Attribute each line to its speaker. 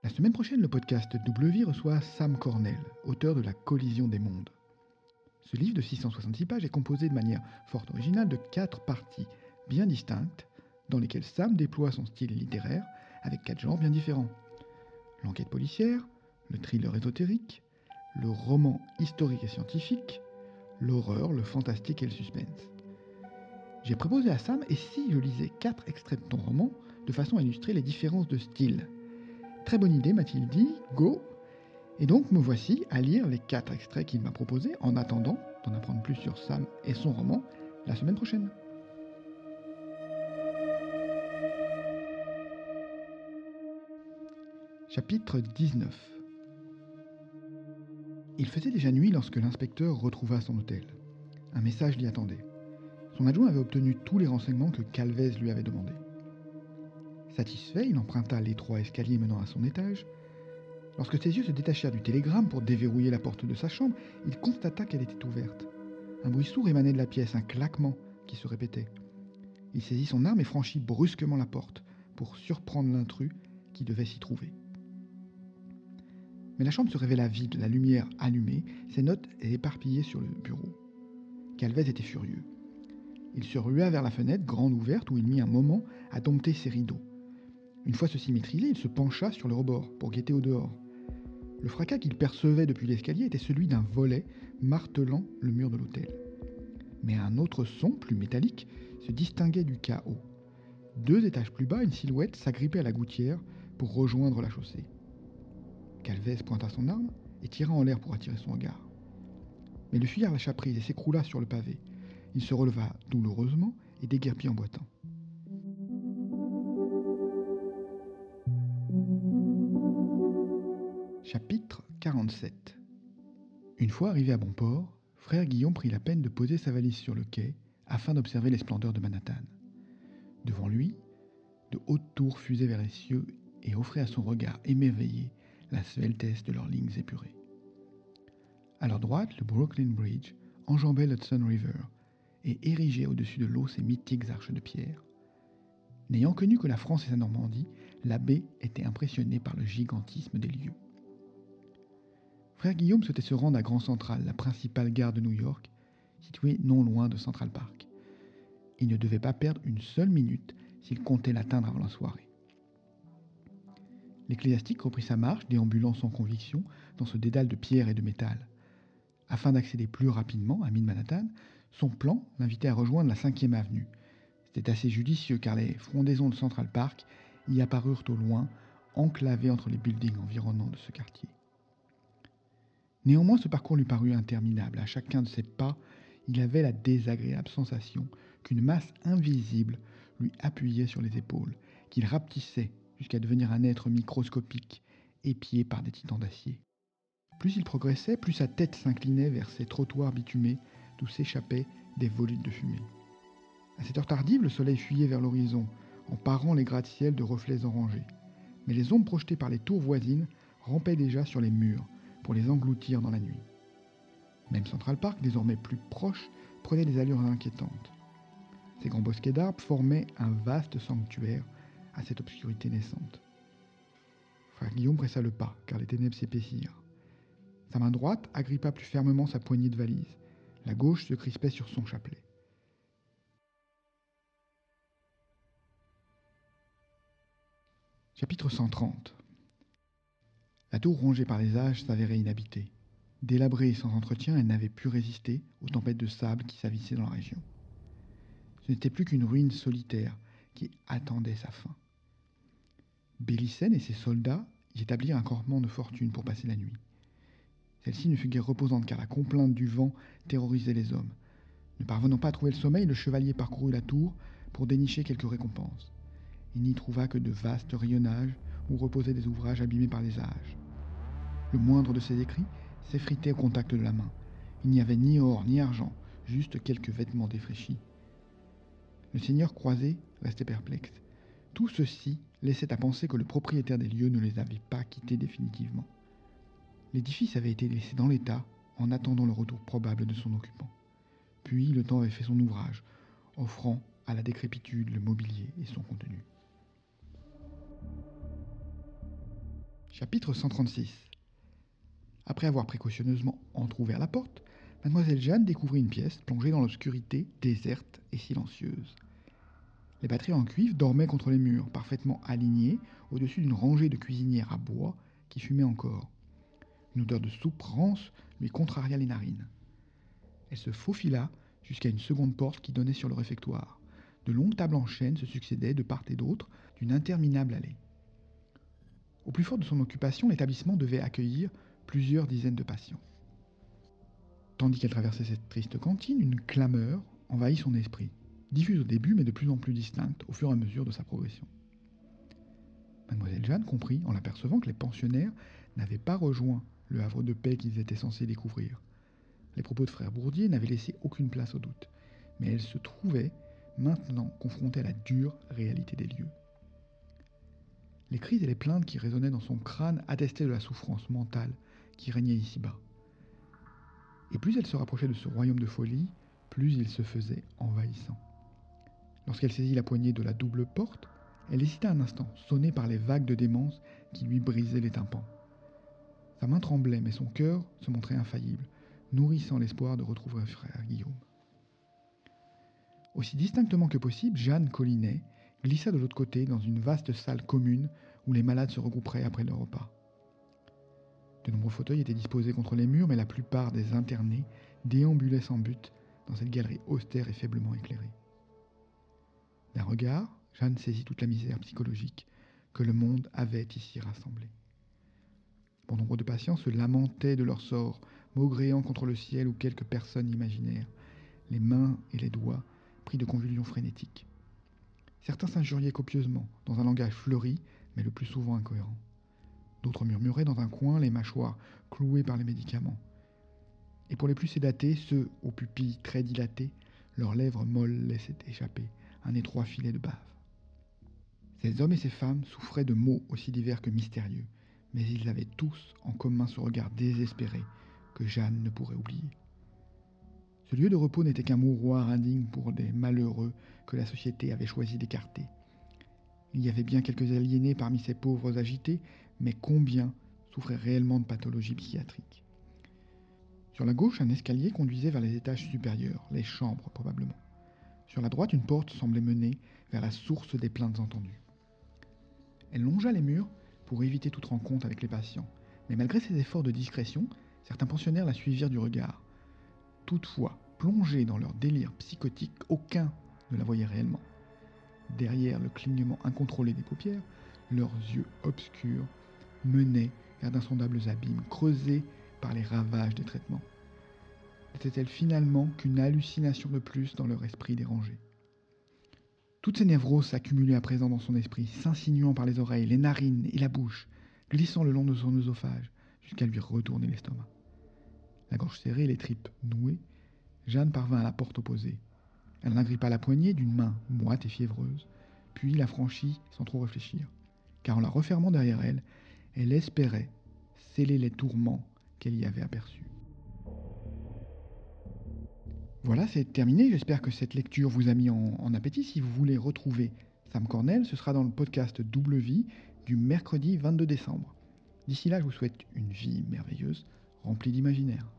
Speaker 1: La semaine prochaine, le podcast W reçoit Sam Cornell, auteur de La collision des mondes. Ce livre de 666 pages est composé de manière fort originale de 4 parties bien distinctes dans lesquelles Sam déploie son style littéraire avec 4 genres bien différents. L'enquête policière, le thriller ésotérique, le roman historique et scientifique, l'horreur, le fantastique et le suspense. J'ai proposé à Sam, et si je lisais 4 extraits de ton roman de façon à illustrer les différences de style? Très bonne idée, m'a-t-il dit, go! Et donc me voici à lire les 4 extraits qu'il m'a proposés en attendant d'en apprendre plus sur Sam et son roman la semaine prochaine. Chapitre 19. Il faisait déjà nuit lorsque l'inspecteur retrouva son hôtel. Un message l'y attendait. Son adjoint avait obtenu tous les renseignements que Calvez lui avait demandés. Satisfait, il emprunta l'étroit escalier menant à son étage. Lorsque ses yeux se détachèrent du télégramme pour déverrouiller la porte de sa chambre, il constata qu'elle était ouverte. Un bruit sourd émanait de la pièce, un claquement qui se répétait. Il saisit son arme et franchit brusquement la porte pour surprendre l'intrus qui devait s'y trouver. Mais la chambre se révéla vide, la lumière allumée, ses notes éparpillées sur le bureau. Calvez était furieux. Il se rua vers la fenêtre, grande ouverte, où il mit un moment à dompter ses rideaux. Une fois ceci maîtrisé, il se pencha sur le rebord pour guetter au dehors. Le fracas qu'il percevait depuis l'escalier était celui d'un volet martelant le mur de l'hôtel. Mais un autre son, plus métallique, se distinguait du chaos. 2 étages plus bas, une silhouette s'agrippait à la gouttière pour rejoindre la chaussée. Calvez pointa son arme et tira en l'air pour attirer son regard. Mais le fuyard lâcha prise et s'écroula sur le pavé. Il se releva douloureusement et déguerpit en boitant. Chapitre 47. Une fois arrivé à bon port, frère Guillaume prit la peine de poser sa valise sur le quai afin d'observer les splendeurs de Manhattan. Devant lui, de hautes tours fusaient vers les cieux et offraient à son regard émerveillé la sveltesse de leurs lignes épurées. À leur droite, le Brooklyn Bridge enjambait l'Hudson River et érigeait au-dessus de l'eau ses mythiques arches de pierre. N'ayant connu que la France et sa Normandie, l'abbé était impressionné par le gigantisme des lieux. Frère Guillaume souhaitait se rendre à Grand Central, la principale gare de New York, située non loin de Central Park. Il ne devait pas perdre une seule minute s'il comptait l'atteindre avant la soirée. L'ecclésiastique reprit sa marche, déambulant sans conviction dans ce dédale de pierre et de métal. Afin d'accéder plus rapidement à Mid-Manhattan, son plan l'invitait à rejoindre la 5e avenue. C'était assez judicieux car les frondaisons de Central Park y apparurent au loin, enclavées entre les buildings environnants de ce quartier. Néanmoins, ce parcours lui parut interminable. À chacun de ses pas, il avait la désagréable sensation qu'une masse invisible lui appuyait sur les épaules, qu'il rapetissait jusqu'à devenir un être microscopique, épié par des titans d'acier. Plus il progressait, plus sa tête s'inclinait vers ces trottoirs bitumés d'où s'échappaient des volutes de fumée. À cette heure tardive, le soleil fuyait vers l'horizon, en parant les gratte-ciels de reflets orangés. Mais les ombres projetées par les tours voisines rampaient déjà sur les murs pour les engloutir dans la nuit. Même Central Park, désormais plus proche, prenait des allures inquiétantes. Ces grands bosquets d'arbres formaient un vaste sanctuaire à cette obscurité naissante. Frère Guillaume pressa le pas, car les ténèbres s'épaissirent. Sa main droite agrippa plus fermement sa poignée de valise. La gauche se crispait sur son chapelet. Chapitre 130. La tour rongée par les âges s'avérait inhabitée. Délabrée et sans entretien, elle n'avait pu résister aux tempêtes de sable qui s'avissaient dans la région. Ce n'était plus qu'une ruine solitaire qui attendait sa fin. Bélicène et ses soldats y établirent un campement de fortune pour passer la nuit. Celle-ci ne fut guère reposante car la complainte du vent terrorisait les hommes. Ne parvenant pas à trouver le sommeil, le chevalier parcourut la tour pour dénicher quelques récompenses. Il n'y trouva que de vastes rayonnages où reposaient des ouvrages abîmés par les âges. Le moindre de ses écrits s'effritait au contact de la main. Il n'y avait ni or ni argent, juste quelques vêtements défraîchis. Le seigneur croisé restait perplexe. Tout ceci laissait à penser que le propriétaire des lieux ne les avait pas quittés définitivement. L'édifice avait été laissé dans l'état en attendant le retour probable de son occupant. Puis le temps avait fait son ouvrage, offrant à la décrépitude le mobilier et son contenu. Chapitre 136. Après avoir précautionneusement entr'ouvert la porte, mademoiselle Jeanne découvrit une pièce plongée dans l'obscurité, déserte et silencieuse. Les batteries en cuivre dormaient contre les murs, parfaitement alignées au-dessus d'une rangée de cuisinières à bois qui fumaient encore. Une odeur de soupe rance lui contraria les narines. Elle se faufila jusqu'à une seconde porte qui donnait sur le réfectoire. De longues tables en chêne se succédaient de part et d'autre d'une interminable allée. Au plus fort de son occupation, l'établissement devait accueillir plusieurs dizaines de patients. Tandis qu'elle traversait cette triste cantine, une clameur envahit son esprit, diffuse au début mais de plus en plus distincte au fur et à mesure de sa progression. Mademoiselle Jeanne comprit en l'apercevant que les pensionnaires n'avaient pas rejoint le havre de paix qu'ils étaient censés découvrir. Les propos de frère Bourdier n'avaient laissé aucune place au doute, mais elle se trouvait maintenant confrontée à la dure réalité des lieux. Les cris et les plaintes qui résonnaient dans son crâne attestaient de la souffrance mentale qui régnait ici-bas. Et plus elle se rapprochait de ce royaume de folie, plus il se faisait envahissant. Lorsqu'elle saisit la poignée de la double porte, elle hésita un instant, sonnée par les vagues de démence qui lui brisaient les tympans. Sa main tremblait, mais son cœur se montrait infaillible, nourrissant l'espoir de retrouver frère Guillaume. Aussi distinctement que possible, Jeanne Collinet glissa de l'autre côté dans une vaste salle commune où les malades se regrouperaient après le repas. De nombreux fauteuils étaient disposés contre les murs, mais la plupart des internés déambulaient sans but dans cette galerie austère et faiblement éclairée. D'un regard, Jeanne saisit toute la misère psychologique que le monde avait ici rassemblée. Bon nombre de patients se lamentaient de leur sort, maugréant contre le ciel ou quelques personnes imaginaires, les mains et les doigts pris de convulsions frénétiques. Certains s'injuriaient copieusement, dans un langage fleuri, mais le plus souvent incohérent. D'autres murmuraient dans un coin, les mâchoires clouées par les médicaments. Et pour les plus sédatés, ceux aux pupilles très dilatées, leurs lèvres molles laissaient échapper un étroit filet de bave. Ces hommes et ces femmes souffraient de maux aussi divers que mystérieux, mais ils avaient tous en commun ce regard désespéré que Jeanne ne pourrait oublier. Ce lieu de repos n'était qu'un mouroir indigne pour des malheureux que la société avait choisi d'écarter. Il y avait bien quelques aliénés parmi ces pauvres agités, mais combien souffraient réellement de pathologies psychiatriques? Sur la gauche, un escalier conduisait vers les étages supérieurs, les chambres probablement. Sur la droite, une porte semblait mener vers la source des plaintes entendues. Elle longea les murs pour éviter toute rencontre avec les patients, mais malgré ses efforts de discrétion, certains pensionnaires la suivirent du regard. Toutefois, plongés dans leur délire psychotique, aucun ne la voyait réellement. Derrière le clignement incontrôlé des paupières, leurs yeux obscurs menaient vers d'insondables abîmes, creusés par les ravages des traitements. N'était-elle finalement qu'une hallucination de plus dans leur esprit dérangé? Toutes ces névroses s'accumulaient à présent dans son esprit, s'insinuant par les oreilles, les narines et la bouche, glissant le long de son œsophage, jusqu'à lui retourner l'estomac. La gorge serrée, les tripes nouées, Jeanne parvint à la porte opposée. Elle en agrippa la poignée d'une main moite et fiévreuse, puis la franchit sans trop réfléchir, car en la refermant derrière elle, elle espérait sceller les tourments qu'elle y avait aperçus. Voilà, c'est terminé. J'espère que cette lecture vous a mis en appétit. Si vous voulez retrouver Sam Cornell, ce sera dans le podcast Double Vie du mercredi 22 décembre. D'ici là, je vous souhaite une vie merveilleuse, remplie d'imaginaire.